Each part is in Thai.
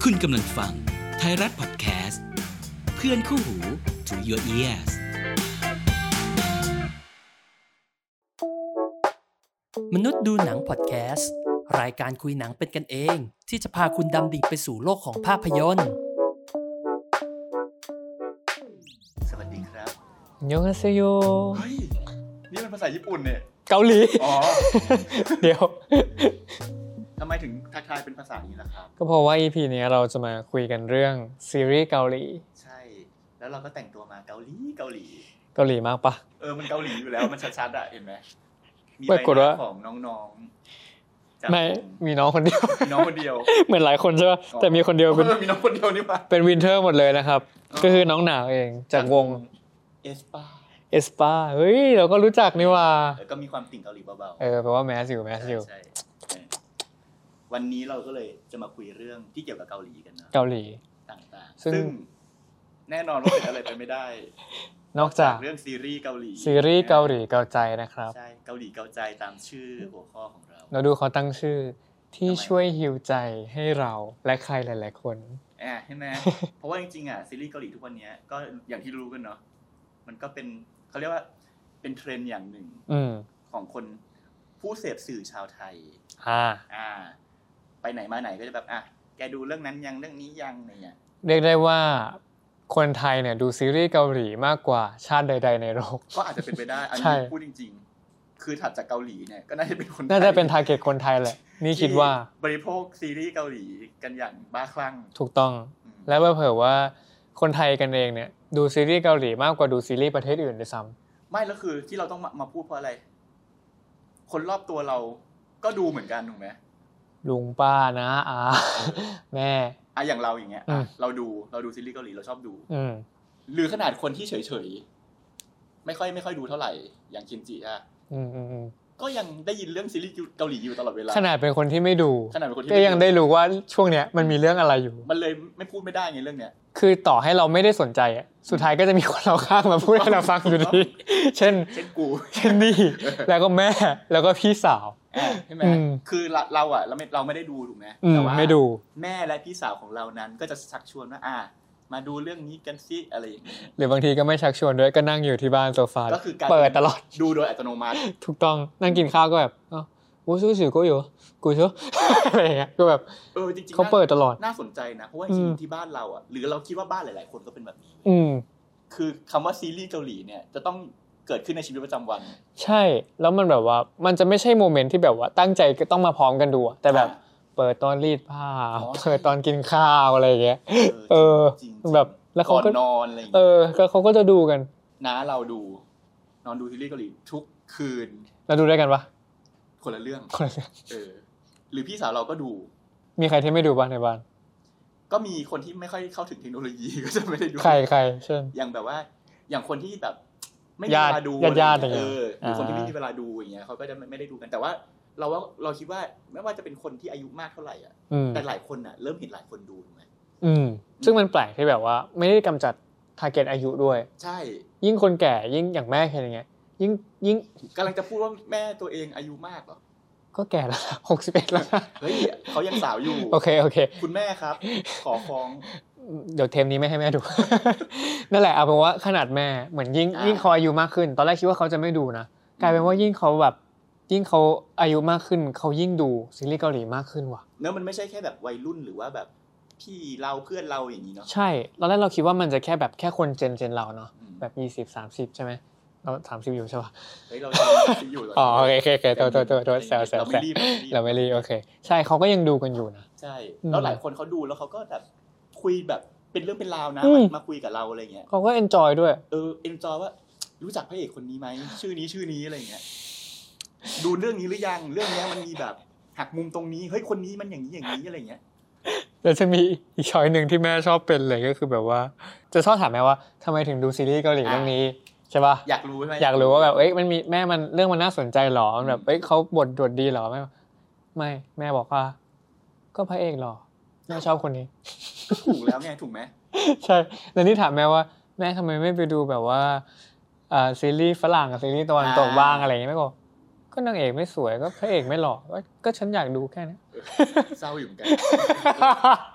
คุณกำลังฟังไทยรัฐพอดแคสต์เพื่อนคู่หู to your ears มนุษย์ดูหนังพอดแคสต์รายการคุยหนังเป็นกันเองที่จะพาคุณดำดิ่งไปสู่โลกของภาพยนตร์สวัสดีครับโยนาเซโยเฮ้ยนี่มันภาษาญี่ปุ่นเนี่ยเกาหลีอ๋อเดี๋ยวทำไมถึงทักทายเป็นภาษานี้ล่ะครับก็เพราะว่า EP นี้เราจะมาคุยกันเรื่องซีรีส์เกาหลีใช่แล้วเราก็แต่งตัวมาเกาหลีเกาหลีมากปะมันเกาหลีอยู่แล้วมันชัดๆอ่ะเห็นไหมมีใบหน้าของน้องๆไม่มีน้องคนเดียวเหมือนหลายคนใช่ป่ะแต่มีคนเดียวเป็นมีน้องคนเดียวนี่ป่ะเป็นวินเทอร์หมดเลยนะครับก็คือน้องหนาวเองจากวงเอสปาเฮ้ยเราก็รู้จักนี่ว่าก็มีความติ่งเกาหลีเบาๆแปลว่าแมสอยู่ใช่วันนี้เราก็เลยจะมาคุยเรื่องที่เกี่ยวกับเกาหลีกันนะเกาหลีต่างๆซึ่งแน่นอนว่าเป็นอะไรไปไม่ได้นอกจากเรื่องซีรีส์เกาหลีเกาใจนะครับใช่เกาหลีเกาใจตามชื่อหัวข้อของเราดูเขาตั้งชื่อที่ช่วยฮีลใจให้เราและใครหลายๆคนใช่ไหม เพราะว่าจริงๆซีรีส์เกาหลีทุกวันนี้ก็อย่างที่รู้กันเนาะมันก็เป็นเขาเรียกว่าเป็นเทรนด์อย่างหนึ่งของคนผู้เสพสื่อชาวไทยไปไหนมาไหนก็จะแบบแกดูเรื่องนั้นยังเรื่องนี้ยังอะไรเงี้ยเรียกได้ว่าคนไทยเนี่ยดูซีรีส์เกาหลีมากกว่าชาติใดๆในโลกก็อาจจะเป็นไปได้อันนี้พูดจริงๆคือถัดจากเกาหลีเนี่ยก็น่าจะเป็นคนน่าจะเป็นทาร์เก็ตคนไทยแหละนี่คิดว่าบริโภคซีรีส์เกาหลีกันอย่างบ้าคลั่งถูกต้องและเผลอว่าคนไทยกันเองเนี่ยดูซีรีส์เกาหลีมากกว่าดูซีรีส์ประเทศอื่นด้วยซ้ำไม่แล้วคือที่เราต้องมาพูดเพราะอะไรคนรอบตัวเราก็ดูเหมือนกันถูกไหมลุงป้านะแม่อย่างเราอย่างเงี้ยเราดูซีรีส์เกาหลีเราชอบดูหรือขนาดคนที่เฉยๆไม่ค่อยดูเท่าไหร่อย่างคิมจิก็ยังได้ยินเรื่องซีรีส์เกาหลีอยู่ตลอดเวลาขนาดเป็นคนที่ไม่ดูก็ยังได้รู้ว่าช่วงเนี้ยมันมีเรื่องอะไรอยู่มันเลยไม่พูดไม่ได้ไงเรื่องเนี้ยคือต่อให้เราไม่ได้สนใจอ่ะสุดท้ายก็จะมีคนเราข้างมาพูดให้เราฟังอยู่ดีเช่นกูเช่นนี่แล้วก็แม่แล้วก็พี่สาวใช่ไหมคือเราไม่ได้ดูถูกไหมแต่ว่าไม่ดูแม่และพี่สาวของเรานั้นก็จะชักชวนว่ามาดูเรื่องนี้กันซิอะไรอย่างนี้หรือบางทีก็ไม่ชักชวนด้วยก็นั่งอยู่ที่บ้านโซฟาเปิดตลอดดูโดยอัตโนมัติถูกต้องนั่งกินข้าวก็แบบกูซื้อก็อยู่กูเชื่ออะไรอย่างเงี้ยก็แบบจริงๆเขาเปิดตลอดน่าสนใจนะเพราะว่าจริงที่บ้านเราหรือเราคิดว่าบ้านหลายๆคนก็เป็นแบบนี้คือคำว่าซีรีส์เกาหลีเนี่ยจะต้องเกิดขึ้นในชีวิตประจำวันใช่แล้วมันแบบว่ามันจะไม่ใช่โมเมนต์ที่แบบว่าตั้งใจก็ต้องมาพร้อมกันดูแต่แบบเปิดตอนรีดผ้าเปิดตอนกินข้าวอะไรอย่างเงี้ยแบบแล้วเขาก็นอนอะไรอย่างเงี้ยก็เขาก็จะดูกันน้าเรานอนดูซีรีส์เกาหลีทุกคืนแล้วดูด้วยกันปะคนละเรื่องหรือพี่สาวเราก็ดูมีใครที่ไม่ดูบ้างในบ้านก็มีคนที่ไม่ค่อยเข้าถึงเทคโนโลยีก็จะไม่ได้ดูใครเช่นอย่างแบบว่าอย่างคนที่แบบไม่มีเวลาดูญาติหรือคนที่ไม่มีเวลาดูอย่างเงี้ยเขาก็จะไม่ได้ดูกันแต่ว่าเราคิดว่าไม่ว่าจะเป็นคนที่อายุมากเท่าไหร่แต่หลายคนเริ่มเห็นหลายคนดูถูกไหมซึ่งมันแปลกที่แบบว่าไม่ได้กำจัดทาร์เก็ตอายุด้วยใช่ยิ่งคนแก่ยิ่งอย่างแม่แค่อย่างเงี้ยยิ่งกำลังจะพูดว่าแม่ตัวเองอายุมากเหรอก็แก่แล้ว61แล้วเฮ้ยเขายังสาวอยู่โอเคคุณแม่ครับขอฟ้องเดี๋ยวเทมนี้ไม่ให้แม่ดู นั่นแหละเอาเป็นว่าขนาดแม่เหมือนยิ่งเขาอายุมากขึ้นตอนแรกคิดว่าเขาจะไม่ดูนะกลายเป็นว่ายิ่งเขาอายุมากขึ้นเขายิ่งดูซีรีส์เกาหลีมากขึ้นว่ะเนอะมันไม่ใช่แค่แบบวัยรุ่นหรือว่าแบบพี่เราเพื่อนเราอย่างนี้เนาะใช่ตอนแรกเราคิดว่ามันจะแค่แบบแค่คนเจนเราเนาะแบบ20-30ใช่ไหมเรา30อยู่ใช่ป่ะเฮ้ยเรา30อยู่โอเคตัวแซวเราไม่รีบโอเคใช่เขาก็ยังดูกันอยู่นะใช่แล้วหลายคนเขาดูแล้วเขาก็แบบคุยแบบเป็นเรื่องเป็นราวนะมาคุยกับเราอะไรเงี้ยเขาก็เอนจอยด้วยเอนจอยว่ารู้จักพระเอกคนนี้ไหมชื่อนี้อะไรเงี้ยดูเรื่องนี้หรือยังเรื่องนี้มันมีแบบหักมุมตรงนี้เฮ้ยคนนี้มันอย่างนี้อะไรเงี้ยแล้วจะมีอีกช้อยนึงที่แม่ชอบเป็นเลยก็คือแบบว่าจะชอบถามแม่ว่าทำไมถึงดูซีรีส์เกาหลีเรื่องนี้ใช่ป่ะอยากรู้ใช่ไหมอยากรู้ว่าแบบมันมีแม่มันเรื่องมันน่าสนใจหรอแบบเขาบทดีหรอไม่แม่บอกว่าก็พระเอกหรอแม่ชอบคนนี้ก็ถูกแล้วไงถูกไหมใช่แล้วนี่ถามแม่ว่าแม่ทำไมไม่ไปดูแบบว่าซีรีส์ฝรั่งกับซีรีส์ตะวันตกบ้างอะไรอย่างเงี้ยแม่บอกก็นางเอกไม่สวยก็พระเอกไม่หล่อก็ฉันอยากดูแค่นี้เศร้าอยู่เหมือนกัน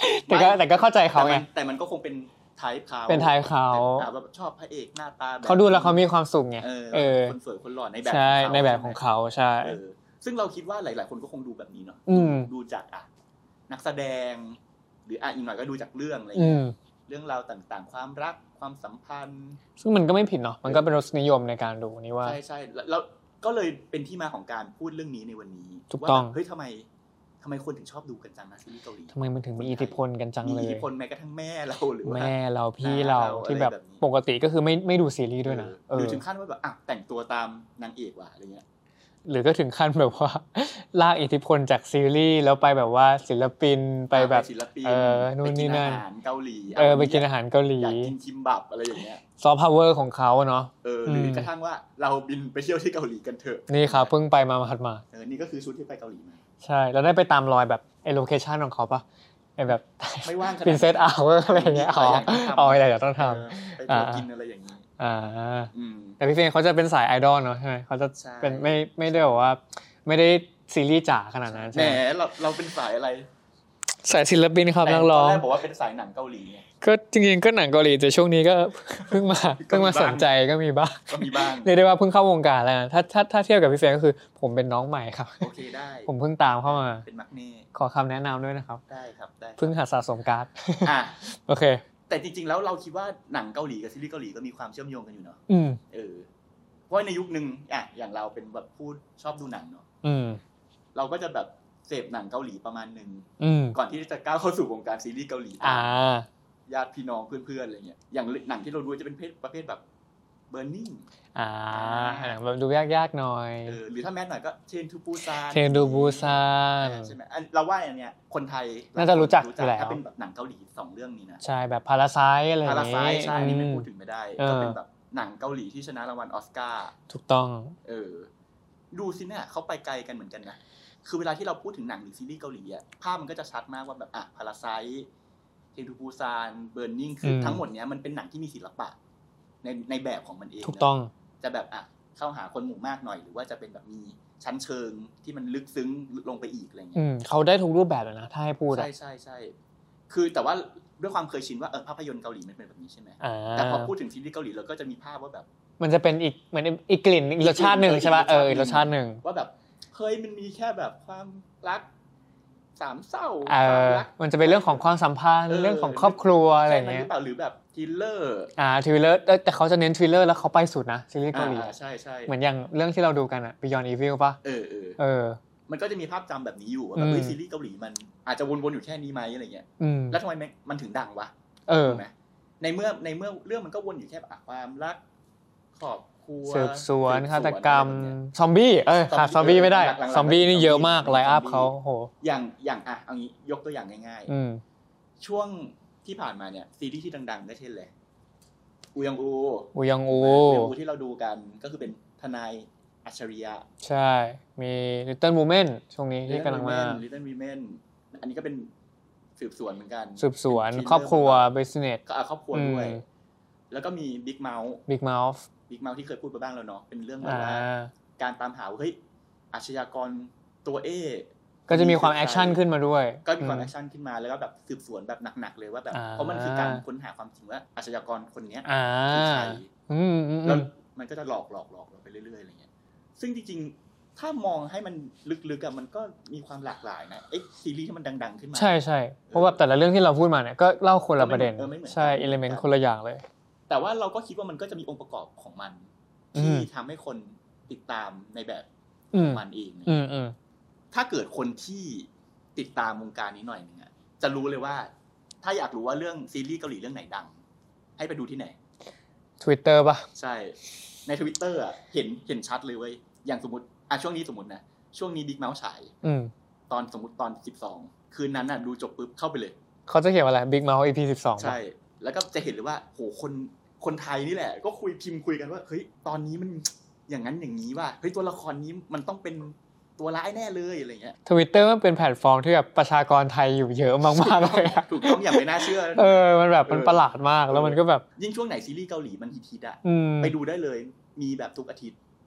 แต่ก็เข้าใจเขาไงแต่มันก็คงเป็นไทป์เขาเป็นไทป์เขาแบบชอบพระเอกหน้าตาแบบเขาดูแล้วเขามีความสุขไงคนสวยคนหล่อในแบบใช่ในแบบของเขาใช่ซึ่งเราคิดว่าหลายๆคนก็คงดูแบบนี้เนาะดูจากนักแสดงหรืออีกหน่อยก็ดูจากเรื่องอะไรอย่างเงี้ยเรื่องราวต่างๆความรักความสัมพันธ์ซึ่งมันก็ไม่ผิดเนาะมันก็เป็นรสนิยมในการดูนี่ว่าใช่ๆแล้วก็เลยเป็นที่มาของการพูดเรื่องนี้ในวันนี้ถูกต้องเฮ้ยทำไมคนถึงชอบดูกันจังนะซีรีส์เกาหลีทำไมมันถึงมีอิทธิพลกันจังเลยมีอิทธิพลแม้กระทั่งแม่เราหรือว่าแม่เราพี่เราที่แบบปกติก็คือไม่ดูซีรีส์ด้วยนะหรือถึงขั้นว่าแบบแต่งตัวตามนางเอกว่ะอะไรเงี้ยหรือก็ถึงขั้นแบบว่าลากอิทธิพลจากซีรีส์แล้วไปแบบว่าศิลปินไปแบบนู่นนี่นั่นอาหารเกาหลีไปกินอาหารเกาหลีอยากกินคิมบับอะไรอย่างเงี้ยซอฟต์พาวเวอร์ของเขาเนาะหรือกระทั่งว่าเราบินไปเที่ยวที่เกาหลีกันเถอะนี่ครับเพิ่งไปมาหัดมานี่ก็คือชุดที่ไปเกาหลีมาใช่แล้วได้ไปตามรอยแบบไอ้โลเคชั่นของเขาปะไอ้แบบไม่ว่างขนาด Princess Hour อะไรอย่างเงี้ยอยากต้องทำไปกินอะไรอย่างงี้แต่พี่เฟนเขาจะเป็นสายไอดอลเนาะใช่ไหมเขาจะเป็นไม่ได้บอกว่าไม่ได้ซีรีส์จ๋าขนาดนั้นใช่ไหมเราเป็นสายอะไรสายศิลปินครับนักร้องตอนแรกบอกว่าเป็นสายหนังเกาหลีก็จริงๆก็หนังเกาหลีแต่ช่วงนี้ก็เพิ่งมาสนใจก็มีบ้างเรียกได้ว่าเพิ่งเข้าวงการแล้วถ้าเทียบกับพี่เฟนก็คือผมเป็นน้องใหม่ครับโอเคได้ผมเพิ่งตามเข้ามาเป็นมักเน่ขอคำแนะนำด้วยนะครับได้ครับได้เพิ่งหัดสะสมการ์ดโอเคแต่จริงๆแล้วเราคิดว่าหนังเกาหลีกับซีรีส์เกาหลีก็มีความเชื่อมโยงกันอยู่เนาะเพราะในยุคนึงอย่างเราเป็นแบบผู้ชอบดูหนังเนาะเราก็จะแบบเสพหนังเกาหลีประมาณนึงก่อนที่จะก้าวเข้าสู่วงการซีรีส์เกาหลีญาติพี่น้องเพื่อนๆอะไรเงี้ยอย่างหนังที่เราดูจะเป็นประเภทแบบ Burning แบบดูยากๆหน่อยหรือถ้าแมสหน่อยก็เทรนทูปูซานใช่ไหมเราว่าอันเนี้ยคนไทยน่าจะรู้จักอยู่แล้วถ้าเป็นแบบหนังเกาหลี2เรื่องนี้นะใช่แบบพาราไซต์อะไรอย่างงี้ใช่นี่ไม่พูดถึงไม่ได้ก็เป็นแบบหนังเกาหลีที่ชนะรางวัลออสการ์ถูกต้องดูสิเนี่ยเขาไปไกลกันเหมือนกันนะคือเวลาที่เราพูดถึงหนังหรือซีรีส์เกาหลีอะภาพมันก็จะชัดมากว่าแบบพาราไซต์เทนทูปูซานเบิร์นนิ่งคือทั้งหมดเนี้ยมันเป็นหนังที่มีศิลปะในแบบของมันเองถูกต้องจะแบบเข้าหาคนหมู่มากหน่อยหรือว่าจะเป็นแบบมีชั้นเชิงที่มันลึกซึ้งลงไปอีกอะไรเงี้ยเขาได้ทุกรูปแบบเลยนะถ้าให้พูดใช่คือแต่ว่าด้วยความเคยชินว่าภาพยนตร์เกาหลีมันเป็นแบบนี้ใช่ไหมแต่พอพูดถึงซีรีส์เกาหลีเราก็จะมีภาพว่าแบบมันจะเป็นอีกเหมือนอีกกลิ่นอีกรสชาติหนึ่งใช่ป่ะอีกรสชาติหนึ่งว่าแบบเฮ้ยมันมีแค่แบบความรักสามเศร้ามันจะเป็นเรื่องของความสัมพันธ์เรื่องของครอบครัวอะไรอย่างเงี้ยหรือแบบทริลเลอร์ทริลเลอร์แต่เขาจะเน้นทริลเลอร์แล้วเขาไปสุดนะซีรีส์เกาหลีใช่เหมือนอย่างเรื่องที่เราดูกันBeyond Evil ป่ะมันก็จะมีภาพจำแบบนี้อยู่ว่าแบบซีรีส์เกาหลีมันอาจจะวนๆอยู่แค่นี้ไหมอะไรเงี้ยแล้วทำไมมันถึงดังวะถูกไหมในเมื่อเรื่องมันก็วนอยู่แค่ความรักครอบครัวสืบสวนฆาตกรรมซอมบี้ขาดซอมบี้ไม่ได้ซอมบี้นี่เยอะมากไลน์อัพเขาโหอย่างเอางี้ยกตัวอย่างง่ายๆช่วงที่ผ่านมาเนี่ยซีรีส์ที่ดังๆก็เช่นเลยอูยองอูที่เราดูกันก็คือเป็นทนายอัจฉริยะใช่มี Little Women ช่วงนี้ที่กำลังมา Little Women อันนี้ก็เป็นสืบสวนเหมือนกันสืบสวนครอบครัว business ก็ครอบครัวด้วยแล้วก็มี Big Mouth ที่เคยพูดไปบ้างแล้วเนาะเป็นเรื่องแบบว่าการตามหาว่าเฮ้ยอาชญากรตัวก็จะมีความแอคชั่นขึ้นมาด้วยก็มีความแอคชั่นขึ้นมาแล้วก็แบบสืบสวนแบบหนักๆเลยว่าแบบเพราะมันคือการค้นหาความจริงว่าอาชญากรคนนี้คือใครแล้วมันก็จะหลอกไปเรื่อยๆอะไรเงี้ยซึ่งจริงๆถ้ามองให้มันลึกๆมันก็มีความหลากหลายนะซีรีส์ที่มันดังๆขึ้นมาใช่ๆเพราะว่าแต่ละเรื่องที่เราพูดมาเนี่ยก็เล่าคนละประเด็นใช่เอลิเมนต์คนละอย่างเลยแต่ว่าเราก็คิดว่ามันก็จะมีองค์ประกอบของมันที่ทำให้คนติดตามในแบบของมันเองถ้าเกิดคนที่ติดตามวงการนี้หน่อยนึงจะรู้เลยว่าถ้าอยากรู้ว่าเรื่องซีรีส์เกาหลีเรื่องไหนดังให้ไปดูที่ไหน Twitter ป่ะใช่ใน Twitter เห็นชัดเลยเว้ยอย่างสมมุติช่วงนี้สมมุตินะช่วงนี้ Big Mouth ฉายตอนสมมุติตอน12คืนนั้นดูจบปุ๊บเข้าไปเลยเขาจะเขียนว่าอะไร Big Mouth EP 12 ใช่แล้วก็จะเห็นเลยว่าโหคนไทยนี่แหละก็พิมพ์คุยกันว่าเฮ้ยตอนนี้มันอย่างนั้นอย่างนี้ว่าเฮ้ยตัวละครนี้มันต้องเป็นตัวร้ายแน่เลยอะไรเงี้ย Twitter มันเป็นแพลตฟอร์มที่แบบประชากรไทยอยู่เยอะมากๆเลยถูกต้องอย่างไม่น่าเชื่อมันแบบมันประหลาดมากแล้วมันก็แบบยิ่งช่วงไหนซีรีส์เกาหลีมันฮิตไปดูได้เลยมีแบบทุกอาทิตย์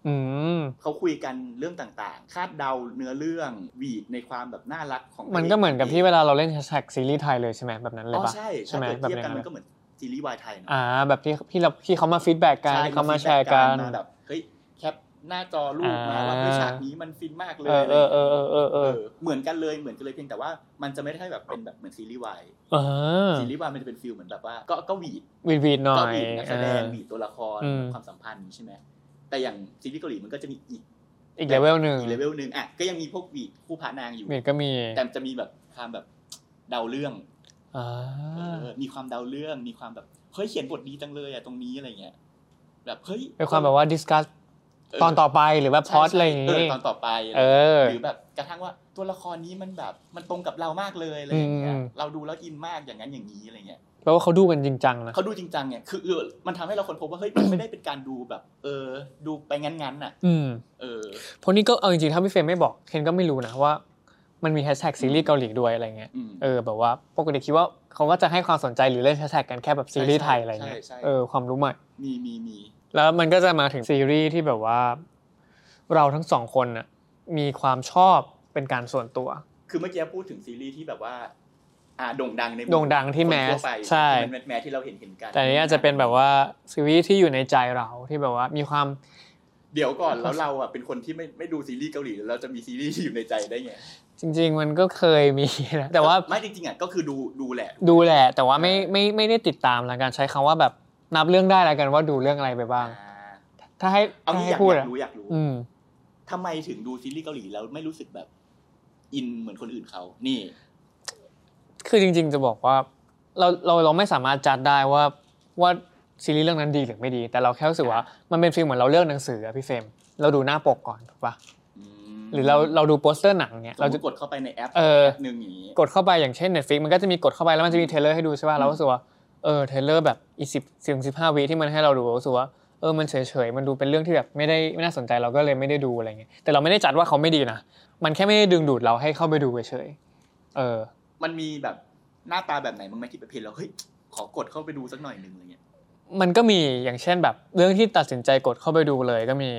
เขาคุยกันเรื่องต่างๆคาดเดาเนื้อเรื่องวีดในความแบบน่ารักของมันก็เหมือนกับที่เวลาเราเล่นแฮชแท็กซีรีส์ไทยเลยใช่ไหมแบบนั้นเลยป่ะใช่ไหมแบบนี้มันก็เหมือนซีรีส์วายไทยเนาะแบบที่เขามาฟีดแบ็กกันเขามาแชร์กันมาแบบเฮ้ยแคปหน้าจอรูปมาว่าฉากนี้มันฟินมากเลยเหมือนกันเลยเพียงแต่ว่ามันจะไม่ได้แบบเป็นแบบเหมือนซีรีส์วายซีรีส์วายมันจะเป็นฟีลเหมือนแบบว่าก็วีดหน่อยนักแสดงวีดตัวละครความสัมพันธ์ใช่ไหมแต่อย่างซีรีส์เกาหลีมันก็จะมีอีกเลเวลนึงอ่ะก็ยังมีพวกวีดคู่พระนางอยู่วีดก็มีแต่จะมีแบบความแบบเดาเรื่องมีความเดาเรื่องมีความแบบเฮ้ยเขียนบทดีจังเลยอ่ะตรงนี้อะไรเงี้ยแบบเฮ้ยเป็นความแบบว่าดิสคัสตอนต่อไปหรือว่าพล็อตอะไรอย่างงี้ตอนต่อไปหรือแบบกระทั่งว่าตัวละครนี้มันแบบมันตรงกับเรามากเลยอะไรอย่างเงี้ยเราดูแล้วอินมากอย่างนั้นอย่างนี้อะไรเงี้ยแปลว่าเขาดูกันจริงจังนะเขาดูจริงจังเนี่ยคือมันทำให้เราคนพบว่าเฮ้ยมันไม่ได้เป็นการดูแบบดูไปงั้นๆน่ะเพราะนี่ก็เอาจริงๆถ้าพี่เฟรมไม่บอกเคนก็ไม่รู้นะว่ามันมีแฮชแท็กซีรีส์เกาหลีด้วยอะไรเงี้ยแบบว่าปกติคิดว่าเขาก็จะให้ความสนใจหรือเล่นแฮชแท็กกันแค่แบบซีรีส์ไทยอะไรเงี้ยความรู้ใหม่มีแล้วมันก็จะมาถึงซีรีส์ที่แบบว่าเราทั้งสองคนน่ะมีความชอบเป็นการส่วนตัวคือเมื่อกี้พูดถึงซีรีส์ที่แบบว่าโด่งดังที่แมสใช่แมสที่เราเห็นกันแต่นี้อาจจะเป็นแบบว่าซีรีส์ที่อยู่ในใจเราที่แบบว่ามีความเดี๋ยวก่อนแล้วเราเป็นคนที่ไม่ดูซีรีส์เกาหลีเราจะมีซีรีส์ที่อยู่ในใจได้ไงจริงๆมันก็เคยมีนะแต่ว่าไม่จริงๆก็คือดูแหละแต่ว่าไม่ได้ติดตามละกันใช้คำว่าแบบนับเรื่องได้ละกันว่าดูเรื่องอะไรไปบ้างถ้าให้พูดอยากรู้ทำไมถึงดูซีรีส์เกาหลีแล้วไม่รู้สึกแบบอินเหมือนคนอื่นเขานี่คือจริงๆจะบอกว่าเราไม่สามารถจัดได้ว่าซีรีส์เรื่องนั้นดีหรือไม่ดีแต่เราแค่รู้สึกว่ามันเป็นฟีลเหมือนเราเลือกหนังสืออะพี่เฟรมเราดูหน้าปกก่อนถูกป่ะหรือเราดูโปสเตอร์หนังเนี่ยเราจะกดเข้าไปในแอปนึงอย่างงี้กดเข้าไปอย่างเช่น Netflix มันก็จะมีกดเข้าไปแล้วมันจะมีเทรลเลอร์ให้ดูใช่ป่ะเรารู้สึกว่าเทรลเลอร์แบบอีก10-15 วิที่มันให้เราดูรู้สึกว่ามันเฉยๆมันดูเป็นเรื่องที่แบบไม่น่าสนใจเราก็เลยไม่ได้ดูอะไรเงี้ยแต่เราไม่ได้จัดว่าเขาไม่ดีนะมันแค่ไม่ได้ดึงดูดเราให้เข้าไปดูเฉยๆมันมีแบบหน้าตาแบบไหนมั้งไหมที่ประเภทเราเฮ้ยขอกดเข้าไปดูสักหน่อยนึงอะไรเงี้ยมันก็มีอย่างเช่นแบบเรื่องที่ตัดสินใจกดเข้าไปดูเลยก็มี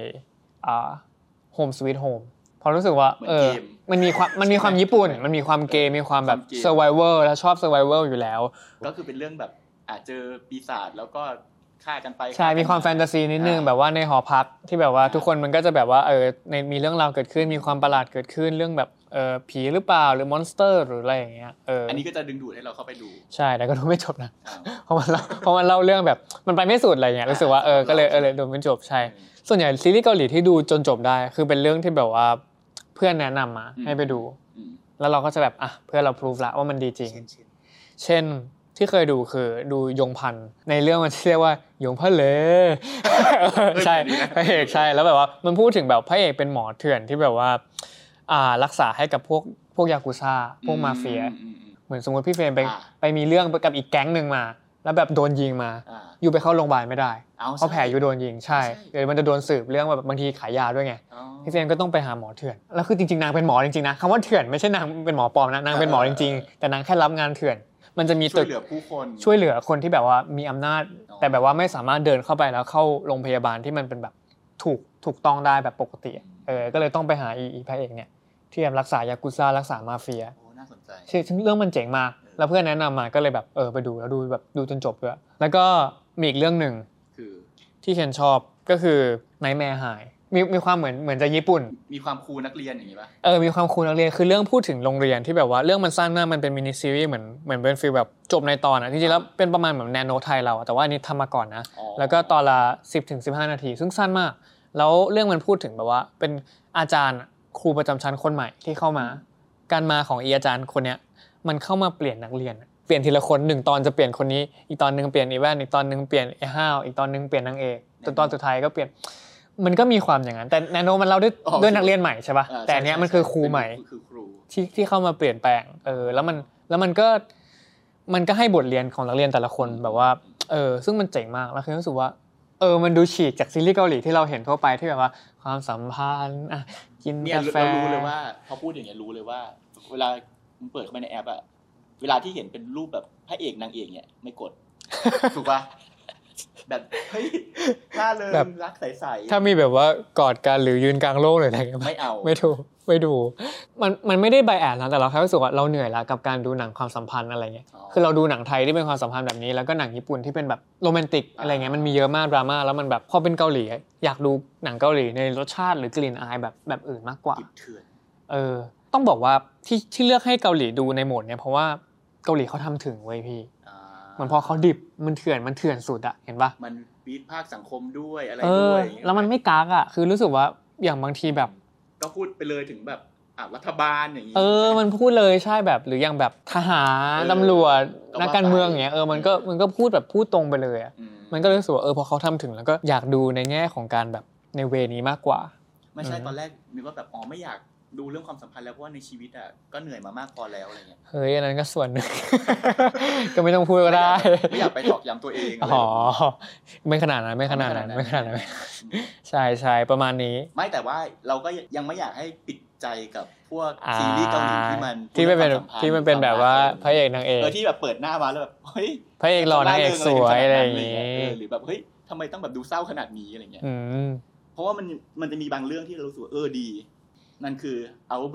Home Sweet Home พอรู้สึกว่ามันมีความญี่ปุ่นมันมีความเกมมีความแบบ survival แล้วชอบ survival อยู่แล้วก็คือเป็นเรื่องแบบเจอปีศาจแล้วก็ฆ่ากันไปใช่มีความแฟนตาซีนิดนึงแบบว่าในหอพักที่แบบว่าทุกคนมันก็จะแบบว่ามีเรื่องราวเกิดขึ้นมีความประหลาดเกิดขึ้นเรื่องแบบผีหรือเปล่าหรือมอนสเตอร์หรืออะไรอย่างเงี้ยอันนี้ก็จะดึงดูดให้เราเข้าไปดูใช่แต่ก็ดูไม่จบนะเพราะมันเล่าเรื่องแบบมันไปไม่สุดอะไรเงี้ยรู้สึกว่าก็เลยดูไม่จบใช่ส่วนใหญ่ซีรีส์เกาหลีที่ดูจนจบได้คือเป็นเรื่องที่แบบว่าเพื่อนแนะนำมาให้ไปดูแล้วเราก็จะแบบเพื่อนเราพรูฟละว่ามันดีจริงเช่นที่เคยดูคือดูยงพันในเรื่องมันเรียกว่ายงพันเลยใช่พระเอกใช่แล้วแบบว่ามันพูดถึงแบบพระเอกเป็นหมอเถื่อนที่แบบว่ารักษาให้กับพวกยากุซ่าพวกมาเฟียเหมือนสมมติพี่เฟรมไปมีเรื่องกับอีกแก๊งนึงมาแล้วแบบโดนยิงมาอยู่ไปเข้าโรงพยาบาลไม่ได้เพราะแผลอยู่โดนยิงใช่เดี๋ยวมันจะโดนสืบเรื่องแบบบางทีขายยาด้วยไงพี่เฟรมก็ต้องไปหาหมอเถื่อนแล้วคือจริงๆนางเป็นหมอจริงๆนะคำว่าเถื่อนไม่ใช่นางเป็นหมอปลอมนะนางเป็นหมอจริงๆแต่นางแค่รับงานเถื่อนมันจะมีตึกช่วยเหลือคนที่แบบว่ามีอำนาจแต่แบบว่าไม่สามารถเดินเข้าไปแล้วเข้าโรงพยาบาลที่มันเป็นแบบถูกต้องได้แบบปกติก็เลยต้องไปหาอีพระเอกเนี่ยที่รักษายากุซ่ารักษามาเฟียโอ้น่าสนใจซึ่งเรื่องมันเจ๋งมากแล้วเพื่อนแนะนำมาก็เลยแบบไปดูแล้วดูจนจบด้วยแล้วก็มีอีกเรื่องนึงคือที่เคนชอบก็คือ Nightmare High มีความเหมือนจะญี่ปุ่นมีความครูนักเรียนอย่างงี้ป่ะมีความครูนักเรียนคือเรื่องพูดถึงโรงเรียนที่แบบว่าเรื่องมันสั้นมากมันเป็นมินิซีรีส์เหมือนเป็นฟีลแบบจบในตอนจริงๆแล้วเป็นประมาณเหมือนแนโนไทยเราแต่ว่าอันนี้ทำมาก่อนนะแล้วก็ตอนละ10-15 นาทีซึ่งสั้นมากแล้วเรื่องมันพูดถึงแบบว่าเป็นอาจารย์ครูประจำชั้นคนใหม่ที่เข้ามาการมาของอาจารย์คนเนี้ยมันเข้ามาเปลี่ยนนักเรียนเปลี่ยนทีละคน1ตอนจะเปลี่ยนคนนี้อีกตอนนึงเปลี่ยนอีแวนอีกตอนนึงเปลี่ยนไอ้ห้าวอีกตอนนึงเปลี่ยนนางเอกจนตอนสุดท้ายก็เปลี่ยนมันก็มีความอย่างนั้นแต่แนโนมันเล่าด้วยนักเรียนใหม่ใช่ป่ะแต่อันเนี้ยมันคือครูใหม่ที่เข้ามาเปลี่ยนแปลงแล้วมันก็ให้บทเรียนของนักเรียนแต่ละคนแบบว่าซึ่งมันเจ๋งมากแล้วคือรู้สึกว่ามันดูฉีกจากซีรีส์เกาหลีที่เราเห็นทั่วไปที่แบบว่าความสัมพันธ์กินกาแฟเรารู้เลยว่าพอพูดอย่างเงี้ยรู้เลยว่าเวลาเปิดเข้าไปในแอปเวลาที่เห็นเป็นรูปแบบพระเอกนางเอกเนี่ยไม่กดถูกป่ะแบบเฮ้ยน่าเริงรักใสๆถ้ามีแบบว่ากอดกันหรือยืนกลางโลกเลยอะไรเงี้ยไม่เอาไม่ดูมันไม่ได้ไบแอสนะแต่เราแค่รู้สึกว่าเราเหนื่อยแล้วกับการดูหนังความสัมพันธ์อะไรเงี้ยคือเราดูหนังไทยที่เป็นความสัมพันธ์แบบนี้แล้วก็หนังญี่ปุ่นที่เป็นแบบโรแมนติกอะไรเงี้ยมันมีเยอะมากดราม่าแล้วมันแบบพอเป็นเกาหลีอยากดูหนังเกาหลีในรสชาติหรือกลิ่นอายแบบอื่นมากกว่าต้องบอกว่าที่เลือกให้เกาหลีดูในโหมดเนี้ยเพราะว่าเกาหลีเขาทำถึงเว้ยพี่เหมือนพอเขาดิบมันเถื่อนสุดอะเห็นปะมันปี๊ดภาคสังคมด้วยอะไรด้วยแล้วมันไม่กากอะคือรู้สึกว่าอย่างบางทีแบบก็พูดไปเลยถึงแบบรัฐบาลอย่างนี้มันพูดเลยใช่แบบหรืออย่างแบบทหารตำรวจนักการเมืองอย่างเงี้ยมันก็พูดแบบพูดตรงไปเลยอะมันก็รู้สึกว่าพอเขาทำถึงแล้วก็อยากดูในแง่ของการแบบในเวนี้มากกว่าไม่ใช่ตอนแรกนึกว่าแบบไม่อยากดูเรื่องความสัมพันธ์แล้วเพราะว่าในชีวิตก็เหนื่อยมามากพอแล้วอะไรเงี้ยเฮ้ยอันนั้นก็ส่วนนึงก็ไม่ต้องพูดก็ได้ไม่อยากไปตอกย้ำตัวเองไม่ขนาดนั้นใช่ประมาณนี้ไม่แต่ว่าเราก็ยังไม่อยากให้ปิดใจกับพวกซีรีส์เกาหลีที่มันเป็นแบบว่าพระเอกนางเอกที่แบบเปิดหน้ามาแล้วแบบเฮ้ยพระเอกหล่อนางเอกสวยอะไรอย่างงี้หรือแบบเฮ้ยทำไมต้องแบบดูเศร้าขนาดนี้อะไรเงี้ยเพราะว่ามันจะมีบางเรื่องที่เรารู้สึกว่าดีนั่นคือ Our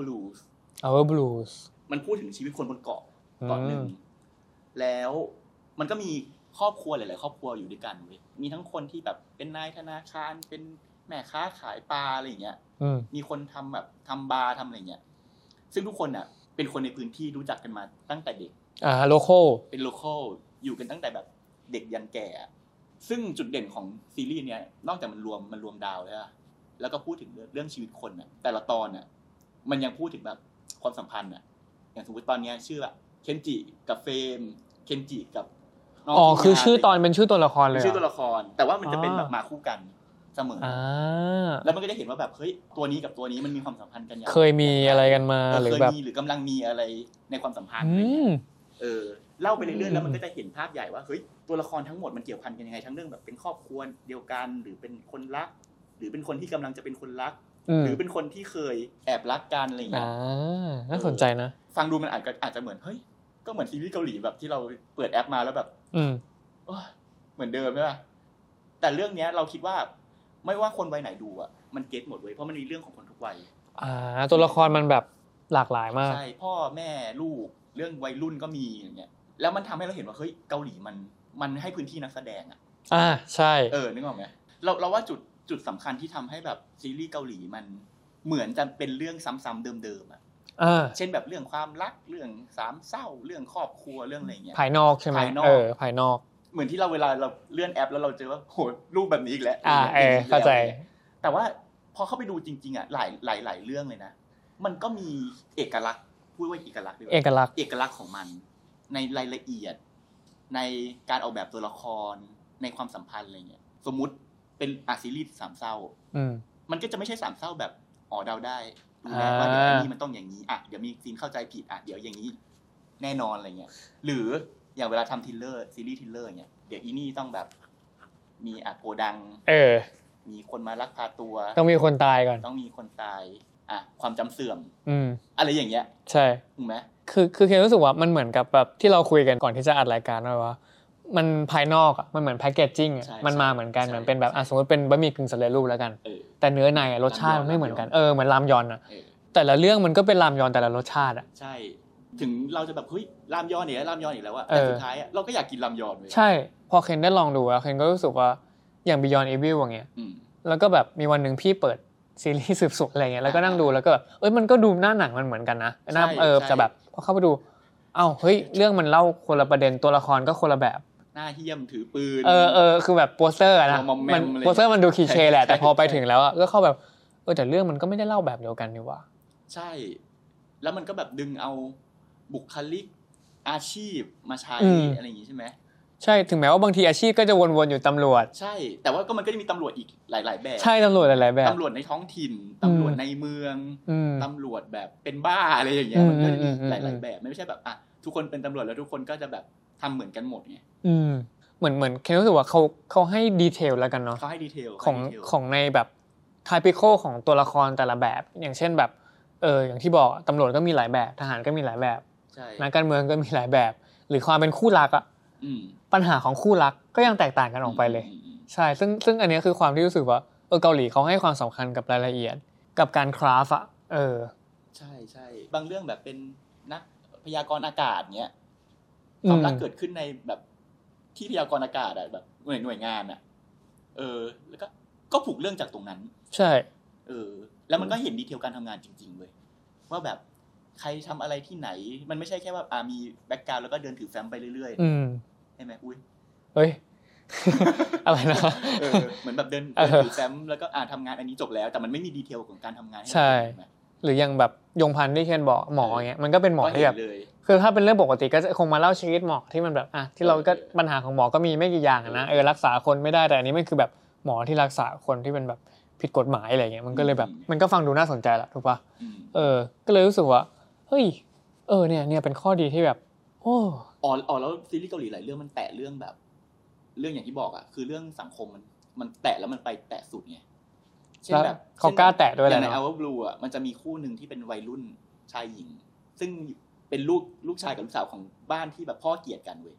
Blues มันพูดถึงชีวิตคนบนเกาะนึงแล้วมันก็มีครอบครัวหลายๆครอบครัวอยู่ด้วยกันเว้ยมีทั้งคนที่แบบเป็นนายธนาคารเป็นแม่ค้าขายปลาอะไรอย่างเงี้ยมีคนทำแบบทำบาร์ทำอะไรเงี้ยซึ่งทุกคนน่ะเป็นคนในพื้นที่รู้จักกันมาตั้งแต่เด็กโลคอลเป็นโลคอลอยู่กันตั้งแต่แบบเด็กยันแก่ซึ่งจุดเด่นของซีรีส์เนี้ยนอกจากมันรวมดาวแล้วก็พูดถึงเรื่องชีวิตคนน่ะแต่ละตอนน่ะมันยังพูดถึงแบบความสัมพันธ์น่ะอย่างสมมติตอนนี้ชื่อแบบเคนจิกับเฟมเคนจิกับน้องคือชื่อตอนเป็นชื่อตัวละครเลยชื่อตัวละครแต่ว่ามันจะเป็นแบบมาคู่กันเสมอแล้วมันก็ได้เห็นว่าแบบเฮ้ยตัวนี้กับตัวนี้มันมีความสัมพันธ์กันอย่างเคยมีอะไรกันมาหรือแบบหรือกำลังมีอะไรในความสัมพันธ์เล่าไปเรื่อยๆแล้วมันก็จะเห็นภาพใหญ่ว่าเฮ้ยตัวละครทั้งหมดมันเกี่ยวพันกันยังไงทั้งเรื่องแบบเป็นครอบครัวเดียวกันหรือเป็นคนรักหรือเป็นคนที่กำลังจะเป็นคนรักหรือเป็นคนที่เคยแอบรักกันอะไรอย่างเงี้ยน่าสนใจนะฟังดูมันอาจจะเหมือนเฮ้ยก็เหมือนซีรีส์เกาหลีแบบที่เราเปิดแอปมาแล้วแบบเหมือนเดิมใช่ป่ะแต่เรื่องนี้เราคิดว่าไม่ว่าคนวัยไหนดูมันเก็ทหมดเว้ยเพราะมันมีเรื่องของคนทุกวัยตัวละครมันแบบหลากหลายมากใช่พ่อแม่ลูกเรื่องวัยรุ่นก็มีอย่างเงี้ยแล้วมันทำให้เราเห็นว่าเฮ้ยเกาหลีมันให้พื้นที่นักแสดงใช่นึกออกไหมเราว่าจุดสำคัญที่ทำให้แบบซีรีส์เกาหลีมันเหมือนจะเป็นเรื่องซ้ำๆเดิมๆเช่นแบบเรื่องความรักเรื่องสามเศร้าเรื่องครอบครัวเรื่องอะไรเงี้ยภายนอกใช่ไหมภายนอกเหมือนที่เราเวลาเราเลื่อนแอปแล้วเราเจอว่าโหรูปแบบนี้อีกแล้วเข้าใจแต่ว่าพอเข้าไปดูจริงๆหลายเรื่องเลยนะมันก็มีเอกลักษณ์พูดว่าเอกลักษณ์เอกลักษณ์ของมันในรายละเอียดในการออกแบบตัวละครในความสัมพันธ์อะไรเงี้ยสมมุติเป็นซีรีส์สามเศร้ามันก็จะไม่ใช่สามเศร้าแบบเดาได้ดูแลว่าเดี๋ยวอันนี้มันต้องอย่างนี้เดี๋ยวมีซีนเข้าใจผิดเดี๋ยวอย่างนี้แน่นอนอะไรเงี้ยหรืออย่างเวลาทำทริลเลอร์ซีรีส์ทริลเลอร์เงี้ยเดี๋ยวอีนี่ต้องแบบมีโพดังมีคนมาลักพาตัวต้องมีคนตายก่อนต้องมีคนตายความจำเสื่อมอะไรอย่างเงี้ยใช่ถูกไหมคือเคนรู้สึกว่ามันเหมือนกับแบบที่เราคุยกันก่อนที่จะอัดรายการว่ามันภายนอกมันเหมือนแพคเกจจิ้งมันมาเหมือนกันเหมือนเป็นแบบสมมติเป็นบะหมี่กึ่งสำเร็จรูปแล้วกันแต่เนื้อในรสชาติไม่เหมือนกันเหมือนรามยอนแต่ละเรื่องมันก็เป็นรามยอนแต่ละรสชาติใช่ถึงเราจะแบบเฮ้ยรามยอนอีกแล้วแต่สุดท้ายเราก็อยากกินรามยอนเลยใช่พอเคนได้ลองดูเคนก็รู้สึกว่าอย่าง Beyond Evil อย่างเงี้ยแล้วก็แบบมีวันนึงพี่เปิดซีรีส์สืบสวนอะไรเงี้ยแล้วก็นั่งดูแล้วก็แบบมันก็ดูหน้าหนังมันเหมือนกันนะหน้าจะแบบพอเข้าไปดูเฮ้ยเรื่องมันเล่าคนละประเด็นตัวละครก็คนละแบบหน้าเหี้ยมถือปืนคือแบบโปสเตอร์นะมันโปสเตอร์มันดูคลีเช่แหละแต่พอไปถึงแล้วก็เข้าแบบแต่เรื่องมันก็ไม่ได้เล่าแบบเดียวกันนี่หว่าใช่แล้วมันก็แบบดึงเอาบุคลิกอาชีพมาใช้อะไรอย่างงี้ใช่ไหมใช่ถึงแม้ว่าบางทีอาชีพก็จะวนๆอยู่ตำรวจใช่แต่ว่าก็มันก็จะมีตำรวจอีกหลายๆแบบใช่ตำรวจหลายๆแบบตำรวจในท้องถิ่นตำรวจในเมืองตำรวจแบบเป็นบ้าอะไรอย่างเงี้ยมันก็มีหลายๆแบบไม่ใช่แบบทุกคนเป็นตำรวจแล้วทุกคนก็จะแบบทำเหมือนกันหมดไงเหมือนเคนรู้สึกว่าเขาให้ดีเทลแล้วกันเนาะเขาให้ดีเทลของในแบบไทปิคอลของตัวละครแต่ละแบบอย่างเช่นแบบอย่างที่บอกตำรวจก็มีหลายแบบทหารก็มีหลายแบบนักการเมืองก็มีหลายแบบหรือความเป็นคู่รักปัญหาของคู่รักก็ยังแตกต่างกันออกไปเลยใช่ซึ่งอันนี้คือความที่รู้สึกว่าเกาหลีเขาให้ความสำคัญกับรายละเอียดกับการคราฟต์ใช่บางเรื่องแบบเป็นนักพยากรณ์อากาศเนี้ยความรักเกิดขึ้นในแบบที่พยากรณ์อากาศแบบหน่วยงานแล้วก็ผูกเรื่องจากตรงนั้นใช่แล้วมันก็เห็นดีเทลการทำงานจริงๆเลยว่าแบบใครทำอะไรที่ไหนมันไม่ใช่แค่ว่ามีแบ็คกราวด์แล้วก็เดินถือแฟ้มไปเรื่อยๆใช่ไหมอุ้ยเฮ้ย อะไรนะเหมือนแบบเดินถือแฟ้มแล้วก็ทำงานอันนี้จบแล้วแต่มันไม่มีดีเทลของการทำงานใช่หรืออย่างแบบยงพันธ์ที่เคนบอกหมออย่างเงี้ยมันก็เป็นหมอที่แบบคือถ้าเป็นเรื่องปกติก็จะคงมาเล่าชีวิตหมอที่มันแบบที่เราก็ปัญหาของหมอก็มีไม่กี่อย่างนะรักษาคนไม่ได้แต่อันนี้มันคือแบบหมอที่รักษาคนที่เป็นแบบผิดกฎหมายอะไรเงี้ยมันก็เลยแบบมันก็ฟังดูน่าสนใจละถูกป่ะก็เลยรู้สึกว่าเฮ้ยเนี่ยเป็นข้อดีที่แบบแล้วซีรีส์เกาหลีหลายเรื่องมันแตะเรื่องแบบเรื่องอย่างที่บอกคือเรื่องสังคมมันแตะแล้วมันไปแตะสุดไงเช่นแบบเขากล้าแตะด้วยอย่างใน Our Blue มันจะมีคู่นึงที่เป็นวัยรุ่นชายหญิงซึ่งเป็นลูกชายกับลูกสาวของบ้านที่แบบพ่อเกลียดกันเว้ย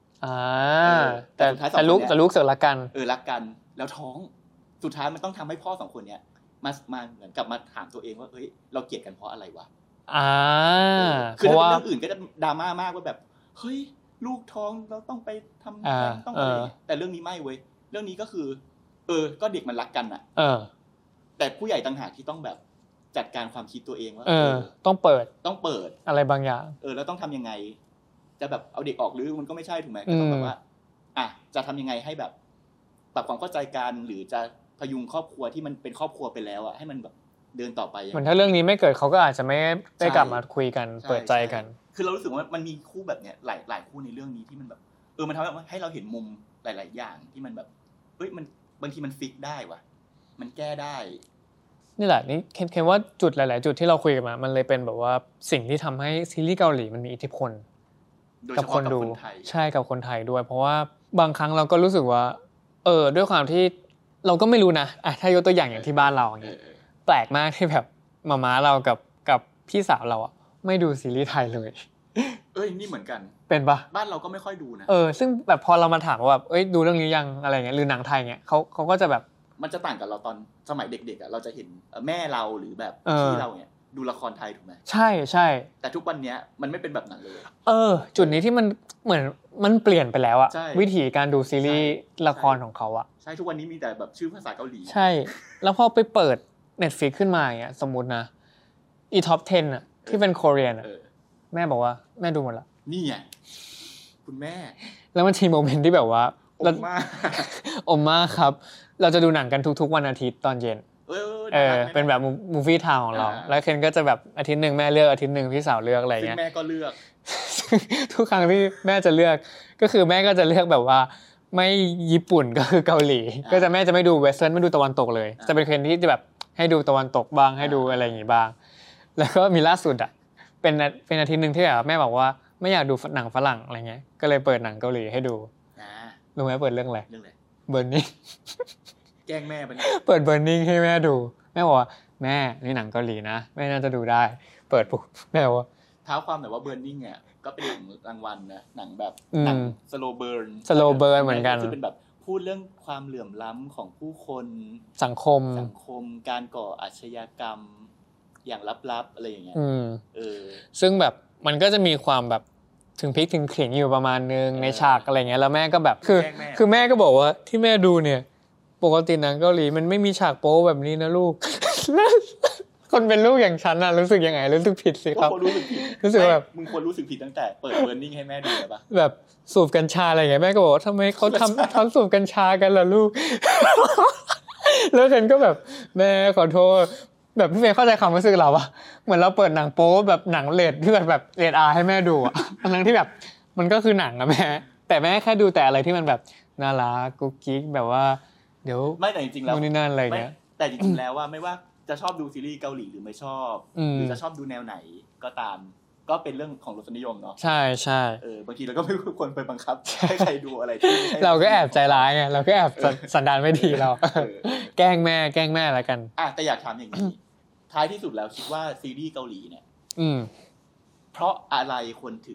แต่ลูกเสือกรักกันรักกันแล้วท้องสุดท้ายมันต้องทำให้พ่อ2คนเนี้ยมาเหมือนกับมาถามตัวเองว่าเฮ้ยเราเกลียดกันเพราะอะไรวะคือถ้าเป็นเรื่องอื่นก็จะดราม่ามากว่าแบบเฮ้ยลูกท้องเราต้องไปทำแท้งต้องอะไรแต่เรื่องนี้ไม่เว้ยเรื่องนี้ก็คือก็เด็กมันรักกันอ่ะแต่ผู้ใหญ่ต่างหากที่ต้องแบบจัดการความคิดตัวเองว่าต้องเปิดอะไรบางอย่างแล้วต้องทำยังไงจะแบบเอาเด็กออกหรือมันก็ไม่ใช่ถูกไหมก็ต้องแบบว่าจะทำยังไงให้แบบปรับความเข้าใจกันหรือจะพยุงครอบครัวที่มันเป็นครอบครัวไปแล้วให้มันแบบเดินต่อไปเหมือนถ้าเรื่องนี้ไม่เกิดเขาก็อาจจะไม่ได้กลับมาคุยกันเปิดใจกันคือเรารู้สึกว่ามันมีคู่แบบเนี้ยหลายคู่ในเรื่องนี้ที่มันแบบมันทำให้เราเห็นมุมหลายๆอย่างที่มันแบบมันบางทีมันฟิกได้ว่ะมันแก้ได้นี่แหละนี่เคนว่าจุดหลายๆจุดที่เราคุยกันมามันเลยเป็นแบบว่าสิ่งที่ทำให้ซีรีส์เกาหลีมันมีอิทธิพลกับคนดูใช่กับคนไทยด้วยเพราะว่าบางครั้งเราก็รู้สึกว่าด้วยความที่เราก็ไม่รู้นะถ้ายกตัวอย่างที่บ้านเราอย่างเงี้ยแปลกมากที่แบบม่าเรากับพี่สาวเราไม่ดูซีรีส์ไทยเลยนี่เหมือนกันเป็นปะบ้านเราก็ไม่ค่อยดูนะซึ่งแบบพอเรามาถามว่าแบบดูเรื่องนี้ยังอะไรเงี้ยหรือหนังไทยเงี้ยเขาก็จะแบบมันจะต่างกับเราตอนสมัยเด็กๆเราจะเห็นแม่เราหรือแบบพี่เราเนี่ยดูละครไทยถูกไหมใช่ใช่แต่ทุกวันนี้มันไม่เป็นแบบนั้นเลยจุดนี้ที่มันเหมือนมันเปลี่ยนไปแล้ววิธีการดูซีรีส์ละครของเขาใช่ทุกวันนี้มีแต่แบบชื่อภาษาเกาหลีใช่แล้วพอไปเปิด Netflix ขึ้นมาอย่างเงี้ยสมมุตินะอีท็อป 10ที่เป็นคอเรียนแม่บอกว่าแม่ดูหมดละนี่ไงคุณแม่แล้วมันมีโมเมนต์ที่แบบว่าอมมากครับเราจะดูหนังกันทุกๆวันอาทิตย์ตอนเย็นเป็นแบบมูฟวี่ไทม์ของเราแล้วเคนก็จะแบบอาทิตย์นึงแม่เลือกอาทิตย์นึงพี่สาวเลือกอะไรเงี้ยแม่ก็เลือกทุกครั้งที่แม่จะเลือกก็คือแม่ก็จะเลือกแบบว่าไม่ญี่ปุ่นก็คือเกาหลีก็จะแม่จะไม่ดูเวสเทิร์นไม่ดูตะวันตกเลยจะเป็นเคนที่จะแบบให้ดูตะวันตกบ้างให้ดูอะไรอย่างงี้บ้างแล้วก็มีล่าสุดเป็นอาทิตย์นึงที่แบบแม่บอกว่าไม่อยากดูหนังฝรั่งอะไรเงี้ยก็เลยเปิดหนังเกาหลีให้ดูรู้ไหมเปิดเรื่องอะไรเบอร์นิ่งแกล้งแม่เปิดเบอร์นิ่งให้แม่ดูแม่บอกว่าแม่นี่หนังเกาหลีนะแม่น่าจะดูได้เปิดปุ๊บแม่บอกว่าเท้าความแบบว่าเบอร์นิ่งเนี่ยก็เป็นรางวัลนะหนังแบบหนังสโลว์เบิร์นเหมือนกันคือเป็นแบบพูดเรื่องความเหลื่อมล้ำของผู้คนสังคมการก่ออาชญากรรมอย่างลับๆอะไรอย่างเงี้ยซึ่งแบบมันก็จะมีความแบบถึงพริกถึงขิงอยู่ประมาณนึงในฉากอะไรเงี้ยแล้วแม่ก็แบบคือแม่ก็บอกว่าที่แม่ดูเนี่ยปกติหนังเกาหลีมันไม่มีฉากโป๊แบบนี้นะลูก คนเป็นลูกอย่างฉันน่ะรู้สึกยังไงรู้สึกผิดสิครับรู้สึกแบบมึงควรรู้สึกผิดตั้งแต่เปิดเบอร์นิ่งให้แม่ดูเลยป่ะแบบสูบกัญชาอะไรอย่างเงี้ยแม่ก็บอกว่าทำไมเขาทำสูบกัญชากันล่ะลูก แล้วฉันก็แบบแม่ขอโทษแบบพี่เมย์เข้าใจความรู้สึกเราป่ะเหมือนเราเปิดหนังโป๊แบบหนังเรทที่แบบเรท R ให้แม่ดูอ่ะทั้งที่แบบมันก็คือหนังอะแม่แต่แม่แค่ดูแต่อะไรที่มันแบบน่ารักกุ๊กกิ๊กแบบว่าเดี๋ยวไม่แต่จริงๆแล้วนี่นั่นอะไรเงี้ยแต่จริงๆแล้วว่าไม่ว่าจะชอบดูซีรีส์เกาหลีหรือไม่ชอบหรือจะชอบดูแนวไหนก็ตามก็เป็นเรื่องของรสนิยมเนาะใช่ใช่บางทีเราก็ไม่ควรไปบังคับให้ใครดูอะไรที่เราก็แอบใจร้ายไงเราก็แอบสันดานไม่ดีเราแกล้งแม่แล้วกันแต่อยากถามอย่างนี้ท้ายที่สุดแล้วคิดว่าซีรีส์เกาหลีเนี่ยเพราะอะไรคนถึง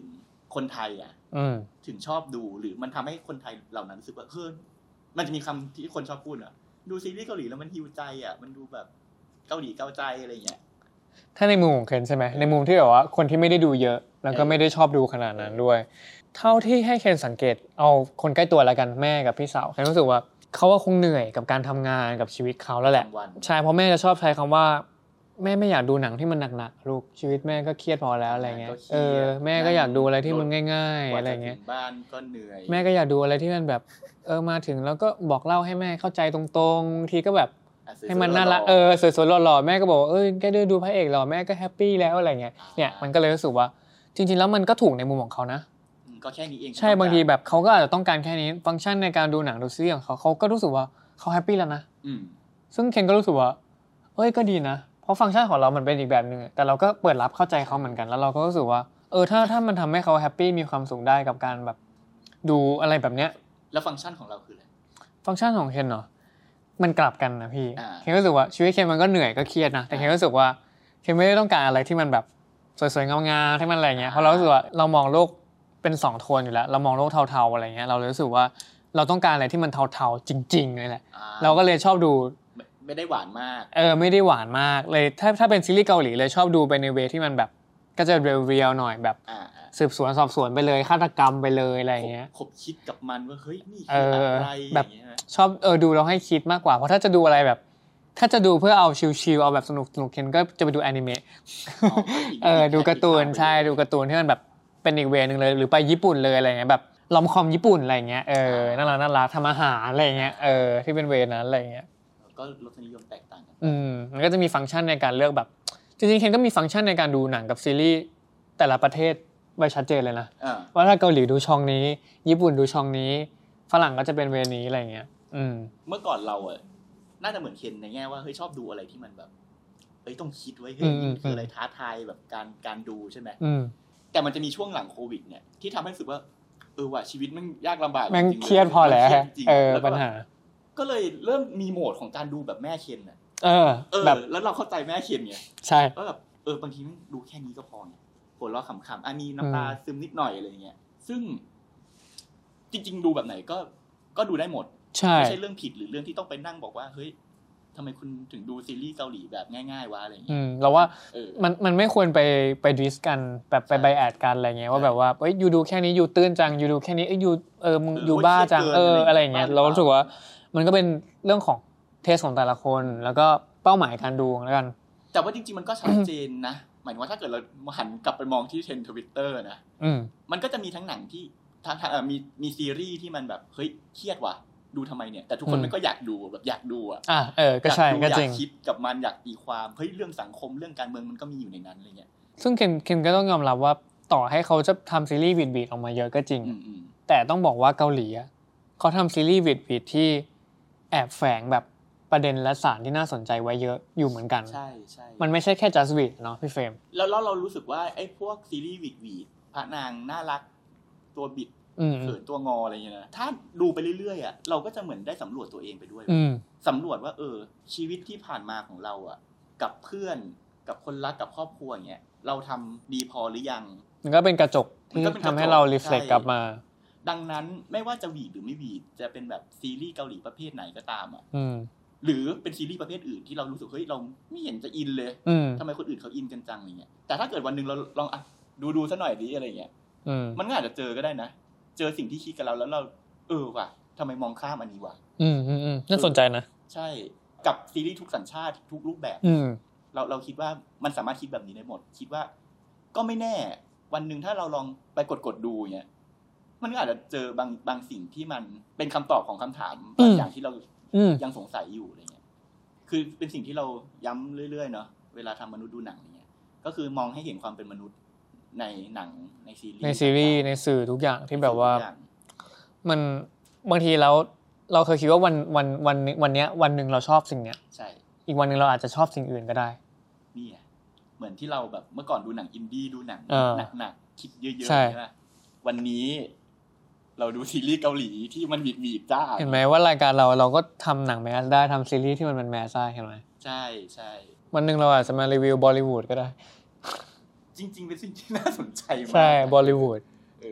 คนไทยอ่ะถึงชอบดูหรือมันทำให้คนไทยเหล่านั้นรู้สึกว่ามันจะมีคำที่คนชอบพูดอ่ะดูซีรีส์เกาหลีแล้วมันฮีลใจอ่ะมันดูแบบเกาหลีเกาใจอะไรเงี้ยถ้าในมุมของเคนใช่ไหมในมุมที่แบบว่าคนที่ไม่ได้ดูเยอะแล้วก็ไม่ได้ชอบดูขนาดนั้นด้วยเท่าที่ให้เคนสังเกตเอาคนใกล้ตัวแล้วกันแม่กับพี่สาวเคนรู้สึกว่าเขาว่าคงเหนื่อยกับการทำงานกับชีวิตเขาแล้วแหละใช่เพราะแม่จะชอบใช้คำว่าแม่ไม่อยากดูหนังที่มันหนักๆลูกชีวิตแม่ก็เครียดพอแล้วอะไรเงี้ยแม่ก็อยากดูอะไรที่มันง่ายๆอะไรเงี้ยบ้านก็เหนื่อยแม่ก็อยากดูอะไรที่มันแบบมาถึงแล้วก็บอกเล่าให้แม่เข้าใจตรงๆทีก็แบบให้มันน่ารักสวยๆหล่อๆแม่ก็บอกแค่ดูพระเอกหล่อแม่ก็แฮปปี้แล้วอะไรเงี้ยเนี่ยมันก็เลยรู้สึกว่าจริงๆแล้วมันก็ถูกในมุมของเขานะก็แค่นี้เองใช่บางทีแบบเขาก็อาจจะต้องการแค่นี้ฟังก์ชันในการดูหนังดูซีรีส์ของเขาก็รู้สึกว่าเขาแฮปปี้แล้วนะซึ่งเคนก็รู้สึกว่าก็ดีนะเพราะฟังก์ชันของเรามันเป็นอีกแบบนึงแต่เราก็เปิดรับเข้าใจเขาเหมือนกันแล้วเราก็รู้สึกว่าถ้ามันทำให้เขาแฮปปี้มีความสุขได้กับการแบบดูอะไรแบบเนี้ยแล้วฟังก์ชันของเราคืออะไรฟังก์ชันของเคนเนาะมันกลับกันนะพี่เคนรู้สึกว่าชีวิตเคนมันก็เหนื่อยก็เครียดนะแต่เคนรู้สึกว่าเคนไม่ได้ต้องการอะไรที่มันแบบสวยๆงามๆที่มันอะไรเงี้ยเพราะเรารู้สึกว่าเรามองโลกเป็น2โทนอยู่แล้วเรามองโลกเทาๆอะไรเงี้ยเราเลยรู้สึกว่าเราต้องการอะไรที่มันเทาๆจริงๆเลยแหละเราก็เลยชอบดูไม่ได้หวานมากไม่ได้หวานมากเลยถ้าเป็นซีรีส์เกาหลีเลยชอบดูไปในเวที่มันแบบก็จะเรียลๆหน่อยแบบสืบสวนสอบสวนไปเลยฆาตกรรมไปเลยอะไรเงี้ยขบคิดกับมันว่าเฮ้ยนี่คืออะไรแบบชอบดูแล้วให้คิดมากกว่าเพราะถ้าจะดูอะไรแบบถ้าจะดูเพื่อเอาชิลๆเอาแบบสนุกๆเคนก็จะไปดูแอนิเมะดูการ์ตูนใช่ดูการ์ตูนที่มันแบบเป็นอีกเวนึงเลยหรือไปญี่ปุ่นเลยอะไรเงี้ยแบบลอมคอมญี่ปุ่นอะไรเงี้ยน่ารักทำอาหารอะไรเงี้ยที่เป็นเวนั้นอะไรเงี้ยก็รสนิยมแตกต่างกันมันก็จะมีฟังก์ชันในการเลือกแบบจริงๆเคนก็มีฟังก์ชันในการดูหนังกับซีรีส์แต่ละประเทศไว้ชัดเจนเลยนะว่าถ้าเกาหลีดูช่องนี้ญี่ปุ่นดูช่องนี้ฝรั่งก็จะเป็นเวนี้อะไรเงี้ยเมื่อก่อนเราน่าจะเหมือนเคนในแง่ว่าเฮ้ยชอบดูอะไรที่มันแบบต้องคิดไว้เฮ้ยนี่คืออะไรท้าทายแบบการดูใช่ไหมแต่มันจะมีช่วงหลังโควิดเนี่ยที่ทำให้รู้สึกว่าว่ะชีวิตมันยากลำบากจริงๆมันเครียดพอแล้วปัญหาก็เลยเริ่มมีโหมดของการดูแบบแม่เคนแบบแล้วเราเข้าใจแม่เคนไงใช่ก็แบบบางทีดูแค่นี้ก็พอไงหัวเราะขำๆมีน้ำตาซึมนิดหน่อยอะไรเงี้ยซึ่งจริงๆดูแบบไหนก็ดูได้หมดไม่ใช่เรื่องผิดหรือเรื่องที่ต้องไปนั่งบอกว่าเฮ้ยทำไมคุณถึงดูซีรีส์เกาหลีแบบง่ายๆวะอะไรเงี้ยเราว่ามันไม่ควรไปดิสกันแบบไปไบแอดกันอะไรเงี้ยว่าแบบว่ายูดูแค่นี้ยูตื้นจังยูดูแค่นี้มึงยูบ้าจังอะไรเงี้ยเรารู้สึกว่ามันก็เป็นเรื่องของเทสของแต่ละคนแล้วก็เป้าหมายการดูแล้วกันแต่ว่าจริงๆมันก็ชัดเจนนะหมายถึงว่าถ้าเกิดเราหันกลับไปมองที่เทรนด์ Twitter นะมันก็จะมีทั้งหนังที่มีซีรีส์ที่มันแบบเฮ้ยเครียดว่ะดูทำไมเนี่ยแต่ทุกคนมันก็อยากดูแบบอยากดูก็ใช่ก็จริงอยากคิดกับมันอยากตีความเฮ้ยเรื่องสังคมเรื่องการเมืองมันก็มีอยู่ในนั้นอะไรเงี้ยซึ่งเคนก็ต้องยอมรับว่าต่อให้เขาจะทำซีรีส์บีดออกมาเยอะก็จริงแต่ต้องบอกว่าเกาหลีเขาทำซีรีส์บีดที่แอบแฝงแบบประเด็นและสารที่น่าสนใจไว้เยอะอยู่เหมือนกันใช่มันไม่ใช่แค่ just beat เนาะพี่เฟรมแล้วเรารู้สึกว่าไอ้พวกซีรีส์บีดพระนางน่ารักตัวบิดเขินตัวงออะไรอย่างเงี้ยนะถ้าดูไปเรื่อยๆเราก็จะเหมือนได้สำรวจตัวเองไปด้วยสำรวจว่าชีวิตที่ผ่านมาของเรากับเพื่อนกับคนรักกับครอบครัวอย่างเงี้ยเราทำดีพอหรือยังมันก็เป็นกระจกที่ทำให้เรารีเฟล็กกลับมาดังนั้นไม่ว่าจะหวีดหรือไม่หวีดจะเป็นแบบซีรีส์เกาหลีประเภทไหนก็ตามหรือเป็นซีรีส์ประเภทอื่นที่เรารู้สึกเฮ้ยเราไม่เห็นจะอินเลยทำไมคนอื่นเขาอินกันจังอะไรเงี้ยแต่ถ้าเกิดวันนึงเราลองดูซะหน่อยดิอะไรเงี้ยมันก็อาจจะเจอก็ได้นะเจอสิ่งที่คิดกับเราแล้วเราว่ะทำไมมองข้ามอันนี้วะน่าสนใจนะใช่กับซีรีส์ทุกสัญชาติทุกรูปแบบเราคิดว่ามันสามารถคิดแบบนี้ได้หมดคิดว่าก็ไม่แน่วันนึงถ้าเราลองไปกดดูเงี้ยมันก็อาจจะเจอบางสิ่งที่มันเป็นคำตอบของคำถามบางอย่างที่เรายังสงสัยอยู่อะไรเงี้ยคือเป็นสิ่งที่เราย้ำเรื่อยๆเนาะเวลาทำมนุษย์ดูหนังอย่างเงี้ยก็คือมองให้เห็นความเป็นมนุษย์ในหนังในซีรีส์ในสื่อทุกอย่างที่แบบว่ามันบางทีแล้วเราเคยคิดว่าวันนี้วันนึงเราชอบสิ่งเนี้ยใช่อีกวันนึงเราอาจจะชอบสิ่งอื่นก็ได้นี่เหมือนที่เราแบบเมื่อก่อนดูหนังอินดี้ดูหนังหนักๆคิดเยอะๆใช่ไหมวันนี้เราดูซีรีส์เกาหลีที่มันบีบจ้าเห็นไหมว่ารายการเราก็ทำหนังแมสได้ทำซีรีส์ที่มันเป็นแมสได้เห็นไหมใช่วันนึงเราอาจจะมารีวิวบอลลีวูดก็ได้จริงๆเป็นสิ่งที่น่าสนใจมากใช่บอลลีวูด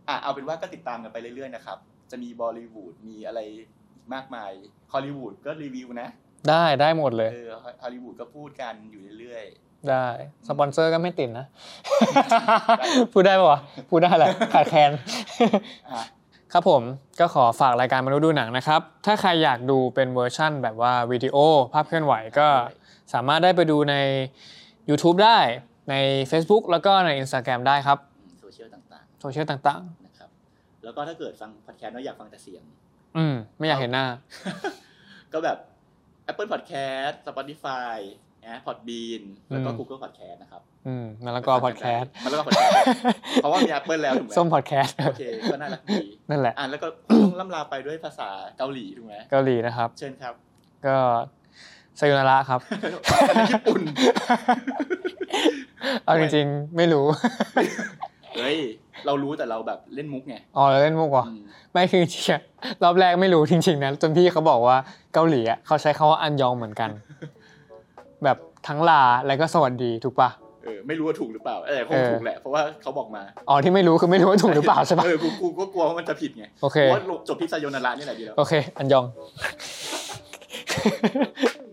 เอาเป็นว่าก็ติดตามกันไปเรื่อยๆนะครับจะมีบอลลีวูดมีอะไรมากมายฮอลลีวูดก็รีวิวนะได้หมดเลยฮอลลีวูดก็พูดกันอยู่เรื่อยๆได้สปอนเซอร์ก็ไม่ติดนะ พูดได้ป่ะวะพูดได้แหละขาดแคลน ครับผมก็ขอฝากรายการมนุษย์ดูหนังนะครับถ้าใครอยากดูเป็นเวอร์ชั่นแบบว่าวิดีโอภาพเคลื่อนไหวก็สามารถได้ไปดูใน YouTube ได้ใน Facebook แล้วก็ใน Instagram ได้ครับโซเชียลต่างๆนะครับแล้วก็ถ้าเกิดฟังพอดแคสต์แล้วอยากฟังแต่เสียงไม่อยากเห็นหน้าก็แบบ Apple Podcast Spotify Podbean แล้วก็ Google Podcast นะครับแล้วก็ Podcast เพราะว่ามี Apple แล้วถูกมั้ยส้ม Podcast โอเคก็น่ารักดีนั่นแหละแล้วก็ล่ำลาไปด้วยภาษาเกาหลีถูกมั้ยเกาหลีนะครับเชิญครับก็ซาโยนาระครับญี่ปุ่นเอาจริงๆไม่รู้เฮ้ยเรารู้แต่เราแบบเล่นมุกไงเราเล่นมุกเหรอไม่คือจริงๆรอบแรกไม่รู้จริงๆนะจนพี่เขาบอกว่าเกาหลีอ่ะเขาใช้คำว่าอันยองเหมือนกันแบบทั้งลาแล้วก็สวัสดีถูกป่ะไม่รู้ว่าถูกหรือเปล่าคงถูกแหละเพราะว่าเขาบอกมาที่ไม่รู้คือไม่รู้ว่าถูกหรือเปล่าใช่ป่ะกูก็กลัวว่ามันจะผิดไงเพราะว่าจบที่ซาโยนาระนี่แหละดีแล้วโอเคอันยอง